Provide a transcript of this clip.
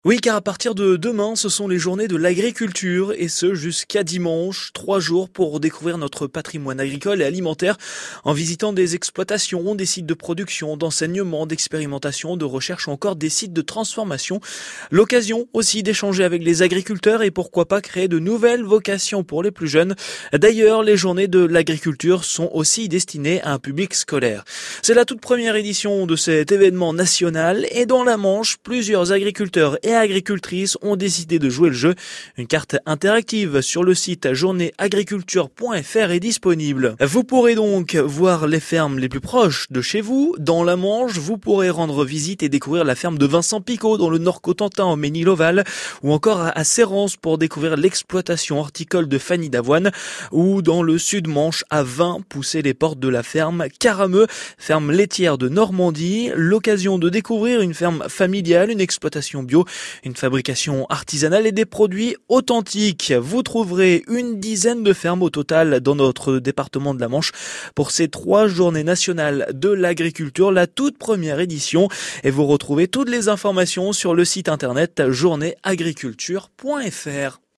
Oui, car à partir de demain, ce sont les journées de l'agriculture, et ce jusqu'à dimanche, 3 jours pour découvrir notre patrimoine agricole et alimentaire en visitant des exploitations, des sites de production, d'enseignement, d'expérimentation, de recherche ou encore des sites de transformation. L'occasion aussi d'échanger avec les agriculteurs et pourquoi pas créer de nouvelles vocations pour les plus jeunes. D'ailleurs, les journées de l'agriculture sont aussi destinées à un public scolaire. C'est la toute première édition de cet événement national et dans la Manche, plusieurs agriculteurs et agricultrices ont décidé de jouer le jeu. Une carte interactive sur le site journéeagriculture.fr est disponible. Vous pourrez donc voir les fermes les plus proches de chez vous. Dans la Manche, vous pourrez rendre visite et découvrir la ferme de Vincent Picot dans le Nord-Cotentin au Ménil-Oval, ou encore à Sérence pour découvrir l'exploitation horticole de Fanny Davoine, ou dans le Sud-Manche à Vins, pousser les portes de la ferme Carameux, ferme laitière de Normandie. L'occasion de découvrir une ferme familiale, une exploitation bio, une fabrication artisanale et des produits authentiques. Vous trouverez une dizaine de fermes au total dans notre département de la Manche pour ces 3 journées nationales de l'agriculture, la toute première édition. Et vous retrouvez toutes les informations sur le site internet journéeagriculture.fr.